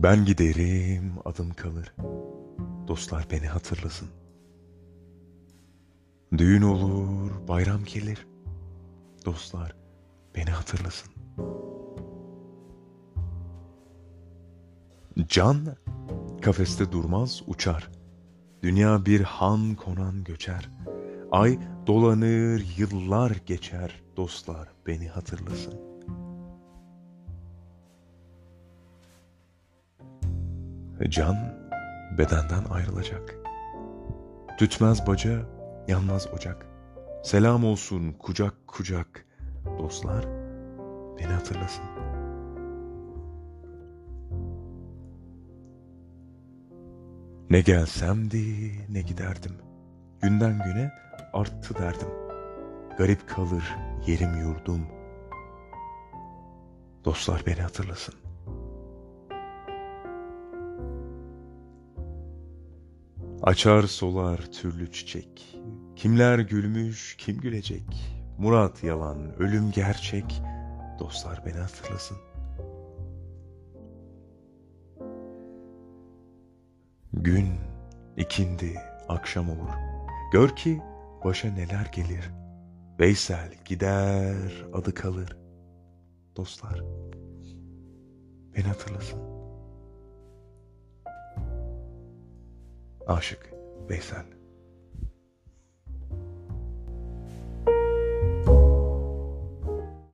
Ben giderim, adım kalır. Dostlar beni hatırlasın. Düğün olur, bayram gelir. Dostlar beni hatırlasın. Can kafeste durmaz uçar. Dünya bir han konan göçer. Ay dolanır, yıllar geçer. Dostlar beni hatırlasın. Can bedenden ayrılacak. Tütmez baca, yanmaz ocak. Selam olsun kucak kucak. Dostlar beni hatırlasın. Ne gelsemdi ne giderdim. Günden güne arttı derdim. Garip kalır yerim yurdum. Dostlar beni hatırlasın. Açar solar türlü çiçek. Kimler gülmüş kim gülecek. Murat yalan ölüm gerçek. Dostlar beni hatırlasın. Gün ikindi akşam olur. Gör ki başa neler gelir. Veysel gider adı kalır. Dostlar beni hatırlasın. Aşık Veysel.